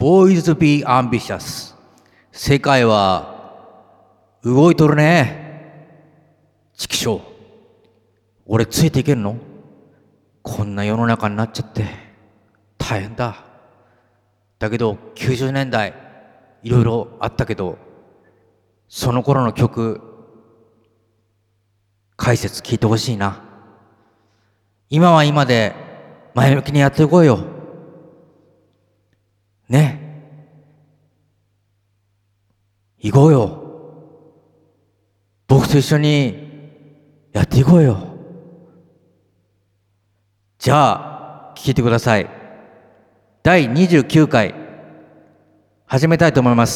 Boys be ambitious。世界は動いとるね。ちきしょう。俺ついていけんの？こんな世の中になっちゃって大変だ。だけど90年代いろいろあったけど、その頃の曲解説聞いてほしいな。今は今で前向きにやっていこうよ。ね。行こうよ。僕と一緒にやっていこうよ。じゃあ聞いてください。第29回始めたいと思います。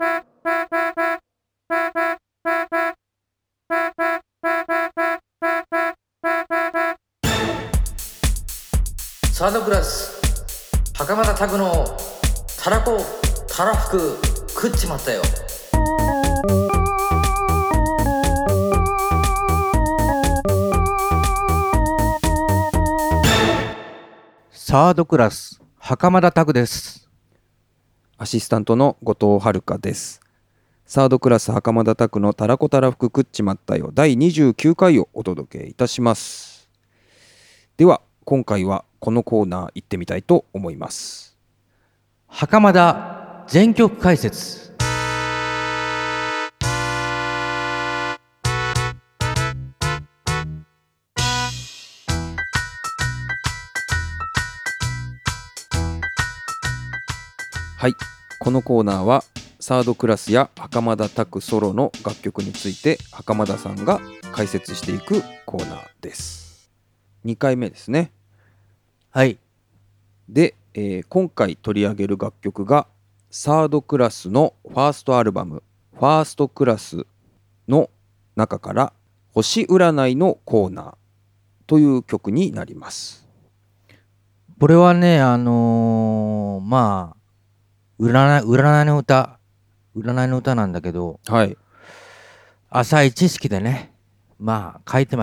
サードクラス袴田拓のたらこたらふく食っちまったよ。サードクラス袴田拓です。 アシスタントの後藤遥です。サードクラス袴田拓のたらこたらふく食っちまったよ第29回をお届けいたします。では今回はこのコーナー行ってみたいと思います。 袴田全曲解説。 はい、このコーナーはサードクラスや袴田拓ソロの楽曲について袴田さんが解説していくコーナーです。2回目ですね。 はい。 で、今回取り上げる楽曲がサードクラスのファーストアルバムファーストクラスの中から星占いのコーナーという曲になります。 これはね、占いの歌なんだけど、 はい。 浅い知識でね、書いてます。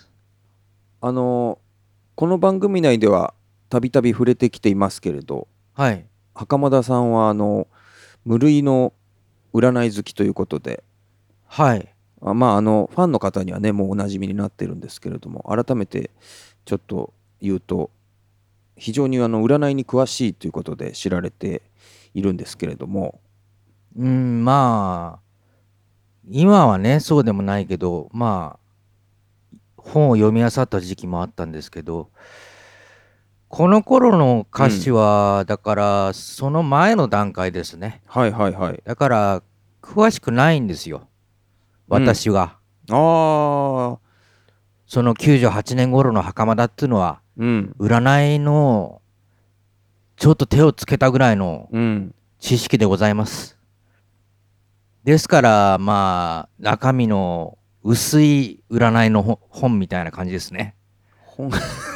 この番組内ではたびたび触れてきていますけれど、 はい。 袴田さんは無類の占い好きということで、 はい。 ファンの方にはねもうおなじみになってるんですけれども、改めてちょっと言うと非常に占いに詳しいということで知られているんですけれども、 今はねそうでもないけど、本を読み漁った時期もあったんですけど、この頃の歌詞は、だからその前の段階ですね。 はいはいはい。 だから詳しくないんですよ、私が。 ああ、 その98年頃の袴田っていうのは、 うん占いのちょっと手をつけたぐらいのうん知識でございます。ですから中身の薄い占いの本みたいな感じですね。 ほん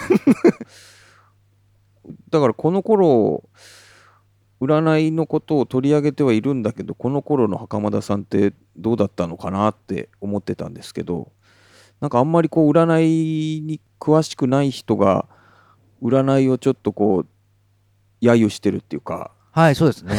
だからこの頃占いのことを取り上げてはいるんだけど、この頃の袴田さんってどうだったのかなって思ってたんですけど、なんかあんまりこう占いに詳しくない人が占いをちょっとこう揶揄してるっていうか、 はい、そうですね。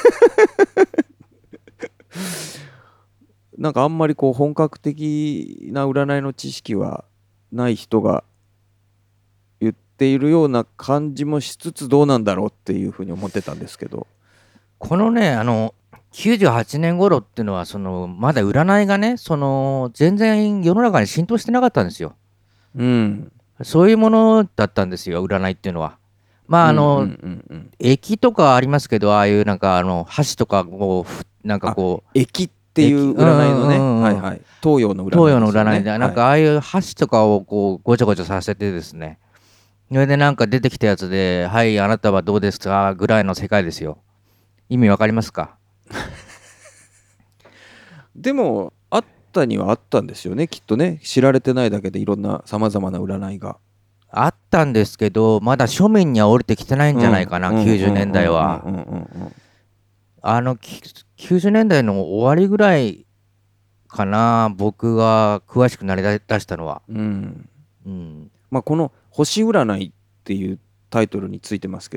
なんかあんまりこう本格的な占いの知識はない人が言っているような感じもしつつ、どうなんだろうっていうふうに思ってたんですけど。 このね、98年頃っていうのは、まだ占いがね、全然世の中に浸透してなかったんですよ。 うん。 そういうものだったんですよ、占いっていうのは。駅とかありますけど、ああいう箸とか駅っていう占いのね、はいはい、東洋の占いですよね。 東洋の占いで、ああいう箸とかをこうごちゃごちゃさせてですね、それで出てきたやつで、はい、あなたはどうですかぐらいの世界ですよ。意味わかりますか？ でもあったにはあったんですよね、きっとね。知られてないだけでいろんなさまざまな占いがあったんですけど、まだ庶民には降りてきてないんじゃないかな、90年代は。90年代の終わりぐらいかな、僕が詳しくなりだしたのは。 この星占いっていうタイトルについてますけど、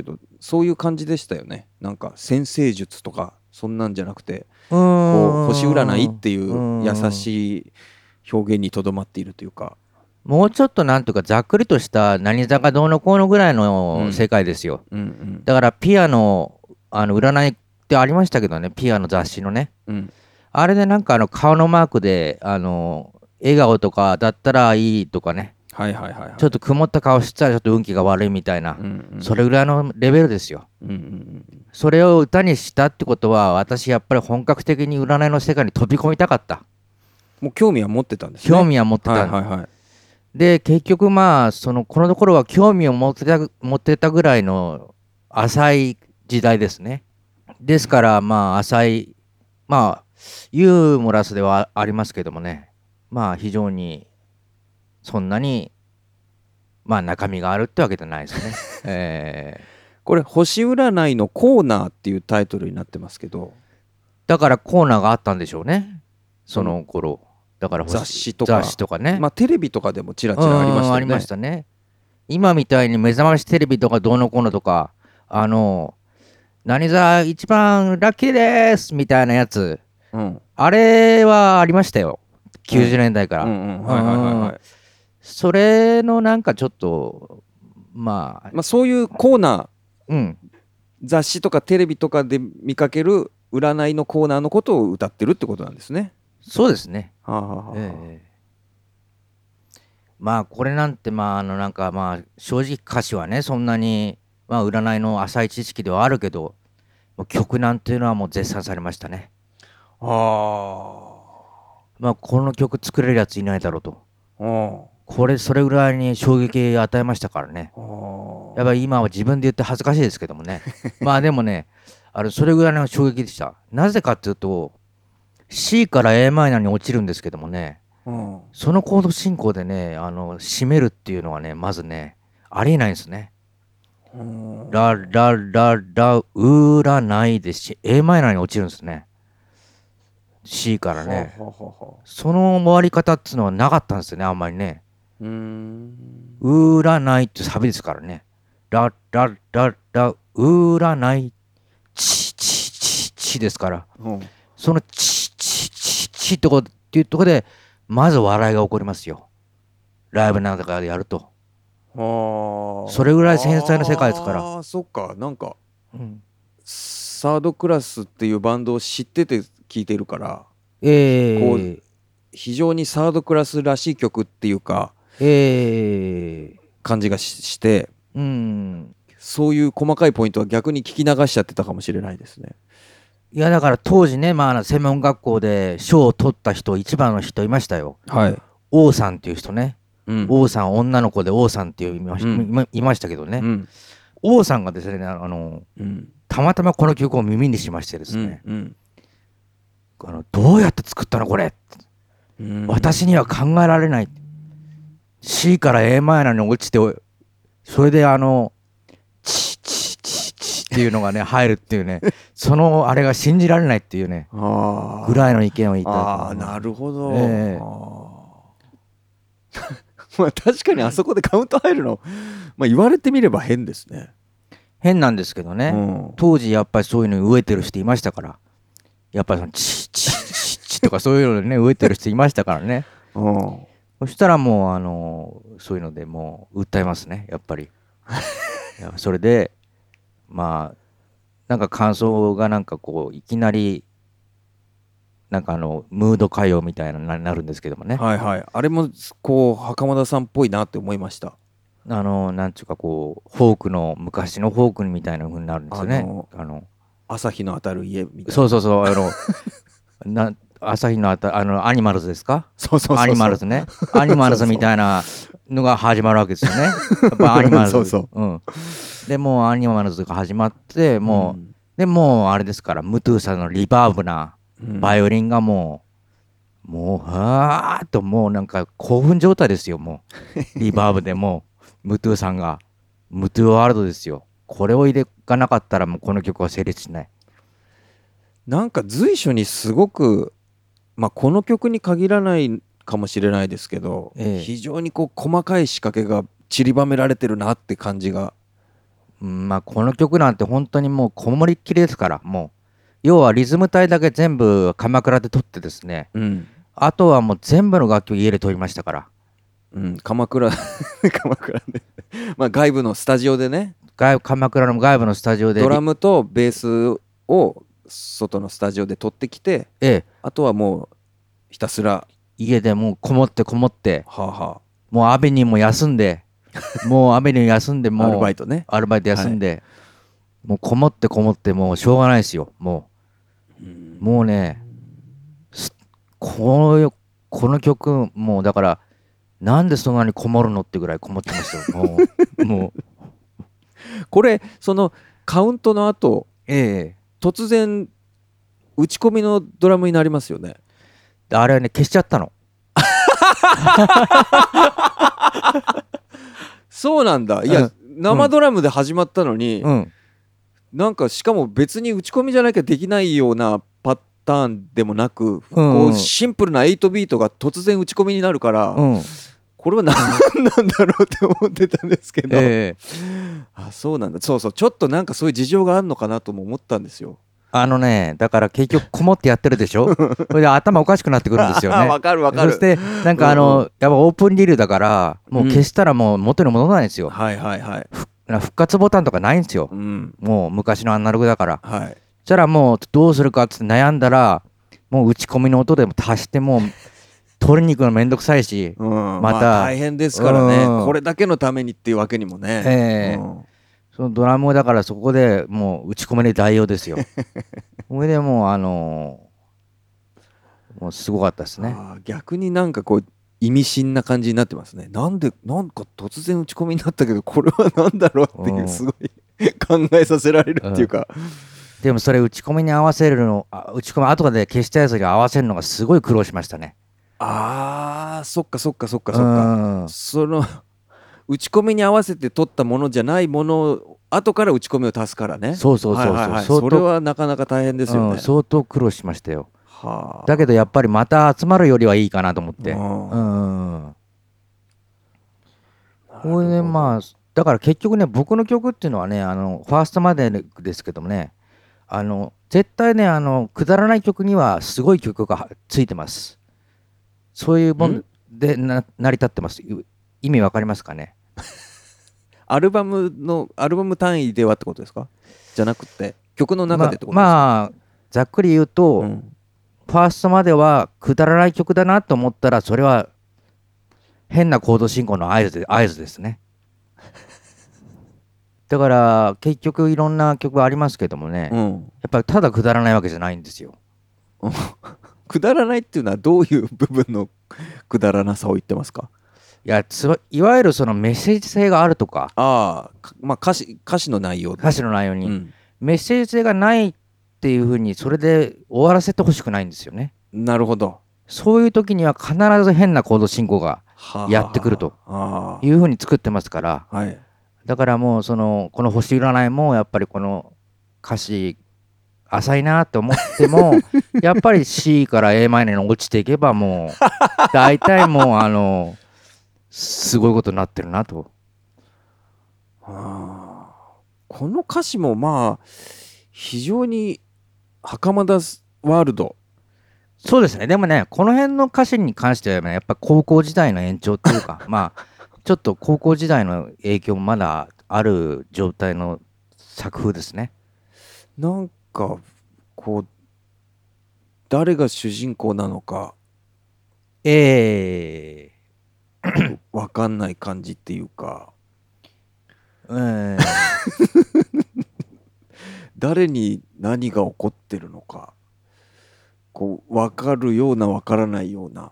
そういう感じでしたよね。なんか占星術とかそんなんじゃなくて、 ここう星占いっていう優いしい表現にとどまっているというか。 もうちょっとなんとかざっくりとした何座がどうのこうのぐらいの世界ですよ。 うんうんだからピアノ、占いってありましたけどね、ピアノ雑誌のね。 うんあれでなんか顔のマークで、笑顔とかだったらいいとかね、 はいはいはいはい。 ちょっと曇った顔してたらちょっと運気が悪いみたいな、それぐらいのレベルですよ。 うんうんうんそれを歌にしたってことは、私やっぱり本格的に占いの世界に飛び込みたかった。 もう興味は持ってたんですね。 興味は持ってた。 はいはいはい。 で、結局まあ、このところは興味を持ってたぐらいの浅い時代ですね。ですから、まあ、浅い、まあ、ユーモラスではありますけどもね、まあ、非常に、そんなに、まあ、中身があるってわけじゃないですね。 これ星占いのコーナーっていうタイトルになってますけど、 だからコーナーがあったんでしょうね、その頃。だから雑誌とかね。 まあテレビとかでもちらちらありましたよね。 ありましたね。今みたいに目覚ましテレビとかどうのこうのとか、何座一番ラッキーですみたいなやつ、 うんあれはありましたよ。90年代から。 はいはいはいはい。 それのなんかちょっと、まあ、 そういうコーナうん。 ー、雑誌とかテレビとかで見かける占いのコーナーのことを歌ってるってことなんですね。 そうですね。 はあはあはあまあ、これなんて、まあ、なんかまあ、正直歌詞はね、そんなに、まあ、占いの浅い知識ではあるけど、もう曲なんていうのはもう絶賛されましたね。まあ、この曲作れるやついないだろうと。それぐらいに衝撃を与えましたからね。やっぱり今は自分で言って恥ずかしいですけどもね。まあでもね、それぐらいの衝撃でした。なぜかっていうと、C から a マイナーに落ちるんですけどもね、そのコード進行でね、締めるっていうのはね、まずね、ありえないんですね。ララララウラないでし、a マイナーに落ちるんですね。C からね。その終わり方っていうのはなかったんですよね、あんまりね。占いってサビですからね。ララララ占いチチチチですから。そのチチチチっていうところで、まず笑いが起こりますよ。ライブなんかでやると。それぐらい繊細な世界ですから。 そっか、なんか、サードクラスっていうバンドを知ってて聴いてるから、こう非常にサードクラスらしい曲っていうか、感じがして、そういう細かいポイントは逆に聞き流しちゃってたかもしれないですね。 いやだから当時ね、まあ、専門学校で賞を取った人、一番の人いましたよ。 はい。 王さんっていう人ね。王さん、女の子で王さんっていういましたけどね。王さんがですね、たまたまこの曲を耳にしましてですね、どうやって作ったのこれ、私には考えられない。C から a マイナーに落ちて、それでチチチチっていうのがね入るっていうね、そのあれが信じられないっていうねぐらいの意見を言った。 なるほど。まあ確かにあそこでカウント入るの、まあ言われてみれば変ですね。 変なんですけどね、当時やっぱりそういうのに飢えてる人いましたから、やっぱりそのチチチチとかそういうのでね飢えてる人いましたからね。そしたらもうそういうのでもう訴えますね、やっぱり。それでまあなんか感想がなんかこういきなりなんかムード歌謡みたいななるんですけどもね。 はいはい。あれもこう袴田さんっぽいなって思いました。 なんていうかこうフォークの昔のフォークみたいな風になるんですよね。 朝日の当たる家みたいな。 そう朝日の当たるアニマルズですか。 そうアニマルズね。アニマルズみたいなのが始まるわけですよね。やっぱアニマルズ。でもうアニマルズが始まってもう、でもうあれですからムトゥーさんのリバーブなバイオリンがもうはーっともうなんか興奮状態ですよ。もうリバーブでもうムトゥーさんがムトゥーワールドですよ。これを入れがなかったらもうこの曲は成立しない。 なんか随所にすごくまあこの曲に限らないかもしれないですけど、非常にこう細かい仕掛けが散りばめられてるなって感じがまあこの曲なんて本当にもうこもりっきりですから、もう要はリズム隊だけ全部鎌倉で撮ってですね、 うんあとはもう全部の楽器を家で撮りましたから。 うん、鎌倉鎌倉でまあ外部のスタジオでね、 鎌倉の外部のスタジオでドラムとベースを外のスタジオで撮ってきて、 ええ、 あとはもうひたすら家でもうこもってはあはもうアベニーも休んでもうアベニー休んであアルもうバイトね。 アルバイト休んで、もうこもってもうしょうがないですよ。もうね、この曲もうだからなんでそんなにこもるのってぐらいこもってますよ。もうこれそのカウントの後え突然打ち込みのドラムになりますよね。 え、あれはね消しちゃったの。 そうなんだ。いや、生ドラムで始まったのに、 うん、 なんかしかも別に打ち込みじゃなきゃできないようなパターンでもなく、こうシンプルな8ビートが突然打ち込みになるから、これは何なんだろうって思ってたんですけど、あ、そうなんだ。そうそう、ちょっとなんかそういう事情があるのかなとも思ったんですよ。 だから結局こもってやってるでしょ。それで頭おかしくなってくるんですよね。 わかるわかる。 そしてなんかやっぱオープンリルだからもう消したらもう元に戻らないんですよ。 はいはいはい。 復活ボタンとかないんですよ。もう昔のアナログだから。そしたらもうどうするかって悩んだら、もう打ち込みの音でも足してもう取りに行くのめんどくさいし、また大変ですからね。これだけのためにっていうわけにもね。 そのドラムだからそこでもう打ち込みで代用ですよ。それでもうもうすごかったですね。 逆になんかこう意味深な感じになってますね。なんか突然打ち込みになったけどこれは何だろうっていうすごい考えさせられるっていうか、 でもそれ打ち込みに合わせるの、打ち込み後で消したやつに合わせるのがすごい苦労しましたね。 そっか。その打ち込みに合わせて取ったものじゃないものを後から打ち込みを足すからね。 そう。 それはなかなか大変ですよね。 相当苦労しましたよ。だけどやっぱりまた集まるよりはいいかなと思って。これでまあだから結局ね、僕の曲っていうのはね、ファーストまでですけどもね、絶対ね、くだらない曲にはすごい曲がついてます。そういうもんで成り立ってます。意味わかりますかね。 アルバム単位ではってことですか？じゃなくて曲の中でってことですか？ まあざっくり言うと、ファーストまではくだらない曲だなと思ったら、それは変なコード進行の合図ですね。だから結局いろんな曲ありますけどもね、やっぱりただくだらないわけじゃないんですよ。 くだらないっていうのはどういう部分のくだらなさを言ってますか？ いわゆるそのメッセージ性があるとか、 まあ歌詞の内容に、メッセージ性がないっていうふうにそれで終わらせてほしくないんですよね。 なるほど。 そういう時には必ず変なコード進行がやってくるというふうに作ってますから、だからもうこの星占いもやっぱりこの歌詞浅いなって思ってもやっぱり C から A マイナーに落ちていけばもう大体もうすごいことになってるなと。 この歌詞もまあ非常に袴田ワールド。 そうですね。でもね、この辺の歌詞に関しては、ね、やっぱ高校時代の延長っていうかまあちょっと高校時代の影響もまだある状態の作風ですね。 なんかこう誰が主人公なのかわかんない感じっていうか誰に何が起こってるのかこう分かるような分からないような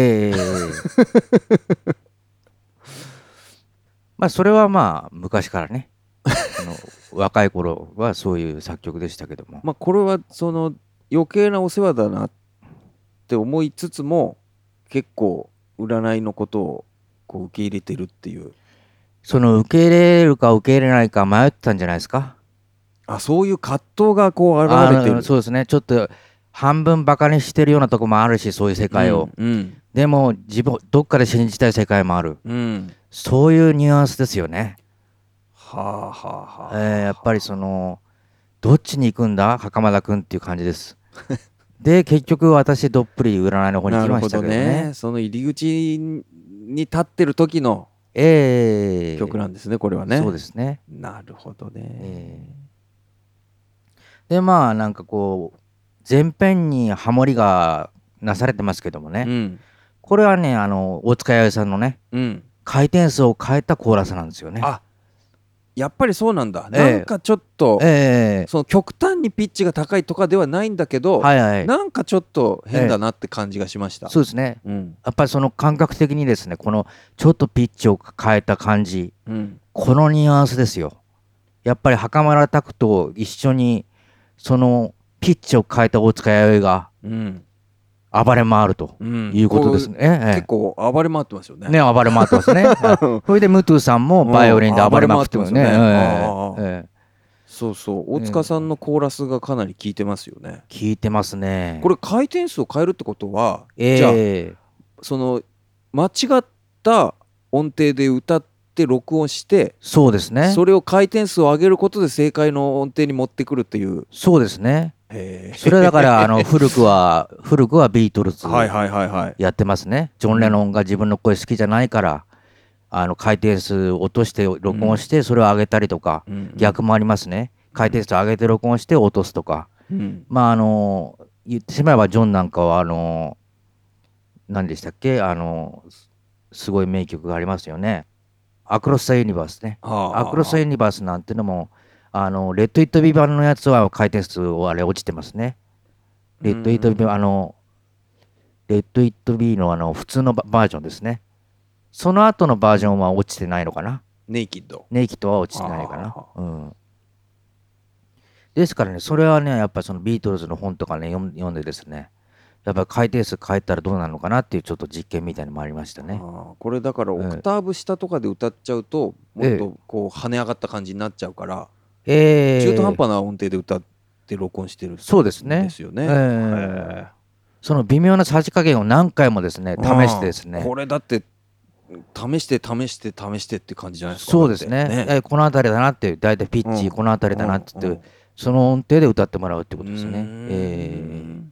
まあそれはまあ昔からね若い頃はそういう作曲でしたけども、 まあこれはその余計なお世話だなって思いつつも結構占いのことをこう受け入れてるっていう、 その受け入れるか受け入れないか迷ってたんじゃないですか。 そういう葛藤がこう現れてる。 そうですね。ちょっと半分バカにしてるようなとこもあるし、そういう世界を、でもどっかで信じたい世界もある、そういうニュアンスですよね。 はあはあはあ。 やっぱりそのどっちに行くんだ袴田君っていう感じです。で結局私どっぷり占いの方に行なるほきましたどね。 けどね。 その入り口に立ってる時の曲なんですね、これはね。 そうですね。 なるほどね。 でまあなんかこう前編にハモリがなされてますけどもね、 うん。 これはね大塚弥生さんのねうん。 回転数を変えたコーラスなんですよね。 あ、やっぱりそうなんだ。 ええなんかちょっと、 ええその極端にピッチが高いとかではないんだけど、 はいはい。 なんかちょっと変だなって感じがしました。 そうですね。 うん。 やっぱりその感覚的にですね、このちょっとピッチを変えた感じ、 うん。 このニュアンスですよ。やっぱり袴田拓と一緒にそのピッチを変えた大塚弥生がうん。 暴れ回るとうん。 いうことですね。 結構暴れ回ってますよね。 ね、暴れ回ってますね。それでムトゥさんもバイオリンで暴れまくってますね。 暴れ回ってますよね。そうそう。大塚さんのコーラスがかなり効いてますよね。 聞いてますね。 これ回転数を変えるってことは、 えじゃあえその間違った音程で歌って録音して、 そうですね。 それを回転数を上げることで正解の音程に持ってくるっていう。 そうですね。 へそれはだから古くはビートルズはいはいはいはい。 やってますね。ジョン・レノンが自分の声好きじゃないから回転数落として録音してそれを上げたりとか、逆もありますね。回転数上げて録音して落とすとか、まあ言ってしまえばジョンなんかは何でしたっけすごい名曲がありますよね。アクロス・ザ・ユニバースね。アクロス・ザ・ユニバースなんてのもレッド・イット・ビー版のやつは回転数あれ落ちてますね。レッド・イット・ビーレッド・イット・ビーの普通のバージョンですね。その後のバージョンは落ちてないのかな。 ネイキッド。 ネイキッドは落ちてないかな。ですからね、それはね、やっぱりそのビートルズの本とかね、読んでですね、やっぱり回転数変えたらどうなるのかなっていうちょっと実験みたいなのもありましたね。 これだからオクターブ下とかで歌っちゃうと、もっとこう跳ね上がった感じになっちゃうから、中途半端な音程で歌って録音してるんですよね。 その微妙なさじ加減を何回もですね、試してですね。 これだって試してって感じじゃないですか。 そうですね。この辺りだなっていう、大体ピッチ、この辺りだなって言って、その音程で歌ってもらうってことですね。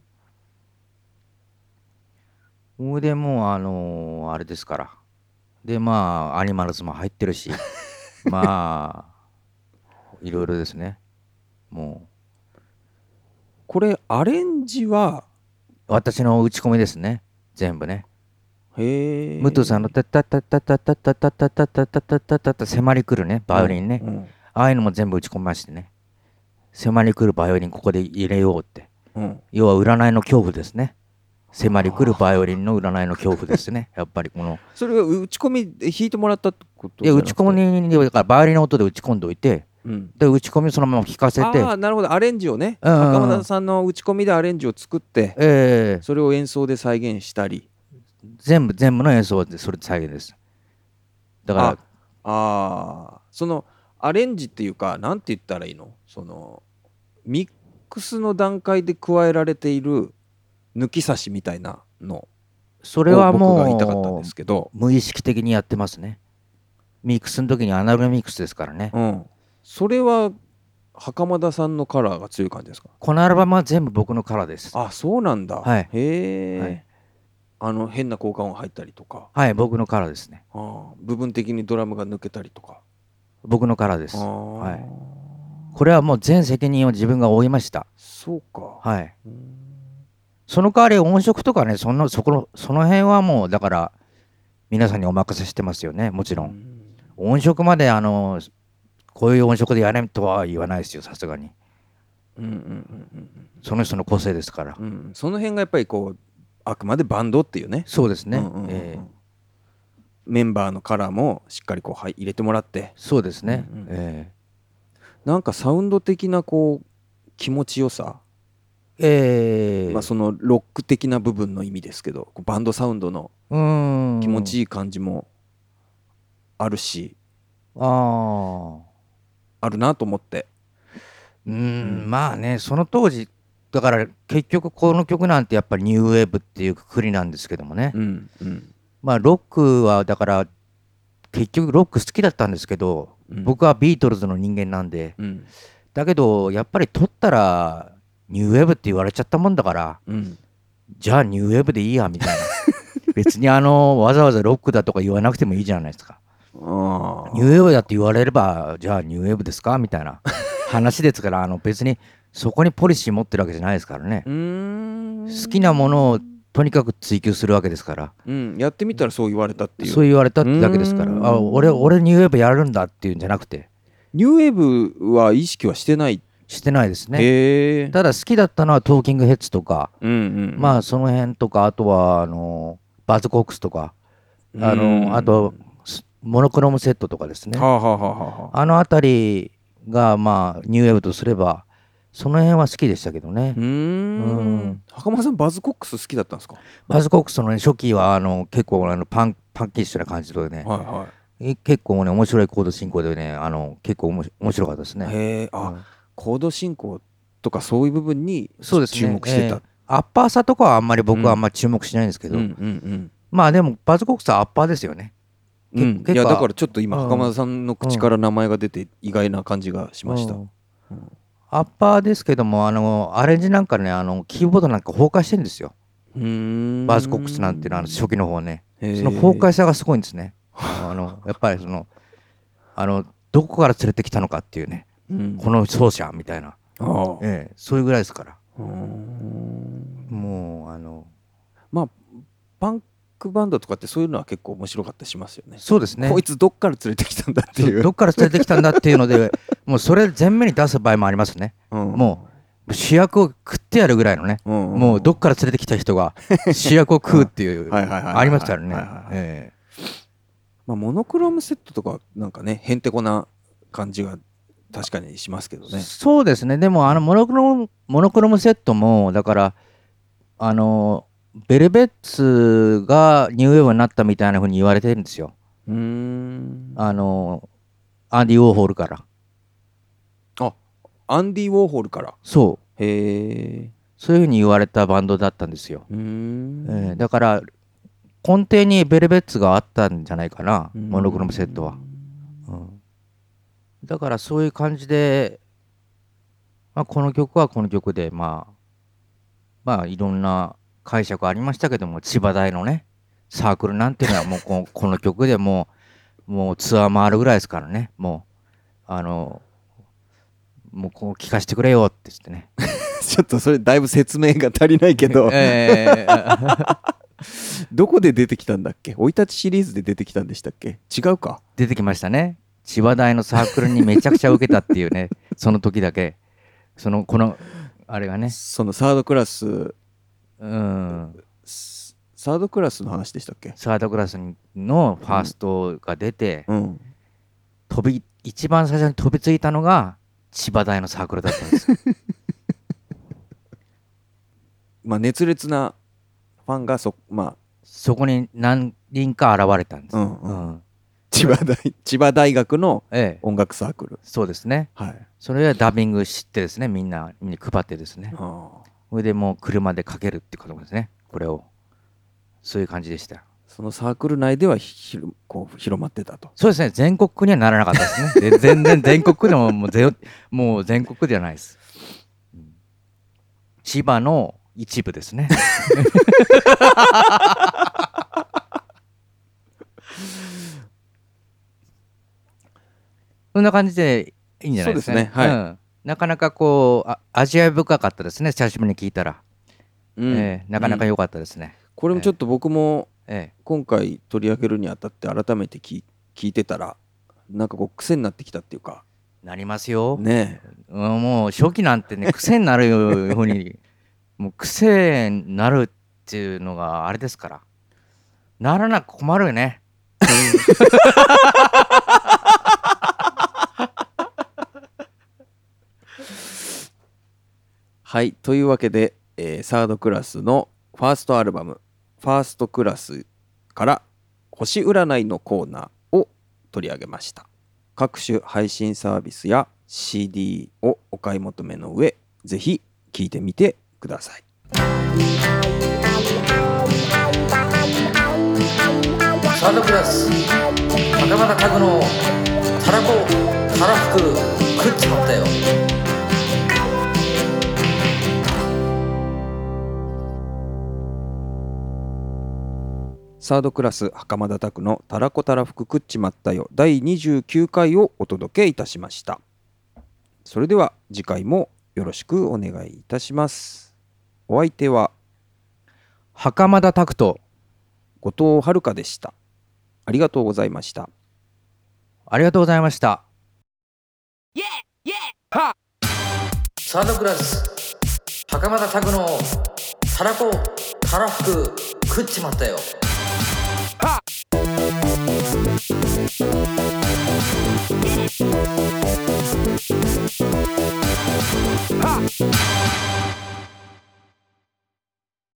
それでもうあれですから。でまあアニマルズも入ってるし、まあいろいろですね。もうこれアレンジは私の打ち込みですね。全部ね。 へえ。 ムトゥさんのタッタッタッタッタッタッタッタッタッタッタッタッタッタッタッタ迫り来るねバイオリンね。ああいうのも全部打ち込みましてね。迫り来るバイオリンここで入れようって。要は占いの恐怖ですね。迫り来るバイオリンの占いの恐怖ですね。やっぱりこの。 それは打ち込みで弾いてもらったってこといや打ち込みにだからバイオリンの音で打ち込んでおいて、で打ち込みそのまま弾かせて。 ああなるほど、アレンジをね、袴田さんの打ち込みでアレンジを作って、それを演奏で再現したり。 全部の演奏でそれで再現です。だからそのアレンジっていうかなんて言ったらいいの、そのミックスの段階で加えられている抜き差しみたいなの、 それはもう僕が言いたかったんですけど、 無意識的にやってますね。ミックスの時にアナログミックスですからね。 それは袴田さんのカラーが強い感じですか？ このアルバムは全部僕のカラーです。 あ、そうなんだ。 はい。 へえ。変な効果音入ったりとか。 はい、僕のカラーですね。 部分的にドラムが抜けたりとか。 僕のカラーです。はい。これはもう全責任を自分が負いました。 そうか。 はい。その代わり音色とかね、その辺はもうだから皆さんにお任せしてますよね、もちろん。音色までこういう音色でやれとは言わないですよ、さすがに。その人の個性ですから。 その辺がやっぱりこうあくまでバンドっていうね。 そうですね。 メンバーのカラーもしっかりこう入れてもらって。 そうですね。 なんかサウンド的なこう気持ちよさ。そのロック的な部分の意味ですけど、バンドサウンドの気持ちいい感じもあるし、あるなと思って。 まあね、その当時だから結局この曲なんてやっぱりニューウェーブっていうくくりなんですけどもね。まあロックはだから結局ロック好きだったんですけど、僕はビートルズの人間なんで、だけどやっぱり取ったらニューウェーブって言われちゃったもんだから、じゃあニューウェーブでいいやみたいな別にわざわざロックだとか言わなくてもいいじゃないですか。ニューウェーブだって言われればじゃあニューウェーブですかみたいな話ですから、別にそこにポリシー持ってるわけじゃないですからね。好きなものをとにかく追求するわけですから、 やってみたらそう言われたっていう。 そう言われたってだけですから、俺ニューウェーブやるんだっていうんじゃなくて。 ニューウェーブは意識はしてないですね。ただ好きだったのはトーキングヘッズとか、まあその辺とか、あとはバズコックスとか、あとモノクロームセットとかですね。あの辺りがまあニューウェーブとすればその辺は好きでしたけどね。 袴さんバズコックス好きだったんですか？ バズコックスの、ね、初期は結構パンキッシュな感じでね、結構ね面白いコード進行でね結構面白かったですね。 コード進行とかそういう部分に注目してた。 アッパーさとかはあんまり僕はあんまり注目しないんですけど、まあでもバズコックスはアッパーですよね。 いやだからちょっと今袴田さんの口から名前が出て意外な感じがしました。 アッパーですけどもアレンジなんかねキーボードなんか崩壊してるんですよ。バズコックスなんていうのは初期の方ね、その崩壊さがすごいんですね。やっぱりどこから連れてきたのかっていうね、この奏者みたいな、そういうぐらいですから。もうまあパンクバンドとかってそういうのは結構面白かったりしますよね。 そうですね。 こいつどっから連れてきたんだっていう。 どっから連れてきたんだっていうのでもうそれ前面に出す場合もありますね。もう主役を食ってやるぐらいのね、もうどっから連れてきた人が主役を食うっていうありましたよね。 モノクロームセットとかなんかねへんてこな感じが確かにしますけどね。 そうですね。でもモノクロームセットもだからベルベッツがニューウェーブになったみたいな風に言われてるんですよ。アンディ・ウォーホルから。 アンディ・ウォーホルから。 そう。 そういう風に言われたバンドだったんですよ。だから根底にベルベッツがあったんじゃないかな、モノクロームセットは。だからそういう感じで、この曲はこの曲でまあいろんな解釈ありましたけども、千葉大のねサークルなんていうのはもうこの曲でもうツアー回るぐらいですからね。もうこう聞かせてくれよって言ってねちょっとそれだいぶ説明が足りないけどどこで出てきたんだっけ？生い立ちシリーズで出てきたんでしたっけ？違うか。 出てきましたね。千葉大のサークルにめちゃくちゃ受けたっていうねその時だけこのあれがね、 そのサードクラスサードクラスの話でしたっけ？ サードクラスのファーストが出て、一番最初に飛びついたのが千葉大のサークルだったんです熱烈なファンがそこに何人か現れたんです。 千葉大学の音楽サークル。 そうですね。それはダビングしてですね、みんなに配ってですね、それでもう車でかけるってことですね、これを。そういう感じでした。 そのサークル内ではこう広まってたと。 そうですね。全国区にはならなかったですね。全然全国区でももう全国区ではないです。千葉の一部ですね。そんな感じでいいんじゃないですかね。なかなかこう味わい深かったですね。久しぶりに聞いたら、なかなか良かったですね。 これもちょっと僕も今回取り上げるにあたって改めて聞いてたらなんかこう癖になってきたっていうか。 なりますよ。 ね。 もう初期なんてね癖になるようにもう癖になるっていうのがあれですから。ならなく困るよね。 はい、というわけで、サードクラスのファーストアルバム「ファーストクラス」から星占いのコーナーを取り上げました。各種配信サービスや CD をお買い求めの上、ぜひ聴いてみてください。 サードクラス袴田拓のたらこたらふく食っちまったよ。 サードクラス袴田拓のたらこたらふく食っちまったよ第29回をお届けいたしました。それでは次回もよろしくお願いいたします。お相手は袴田拓と後藤遥でした。ありがとうございました。 ありがとうございました。サードクラス袴田拓のたらこたらふく食っちまったよ。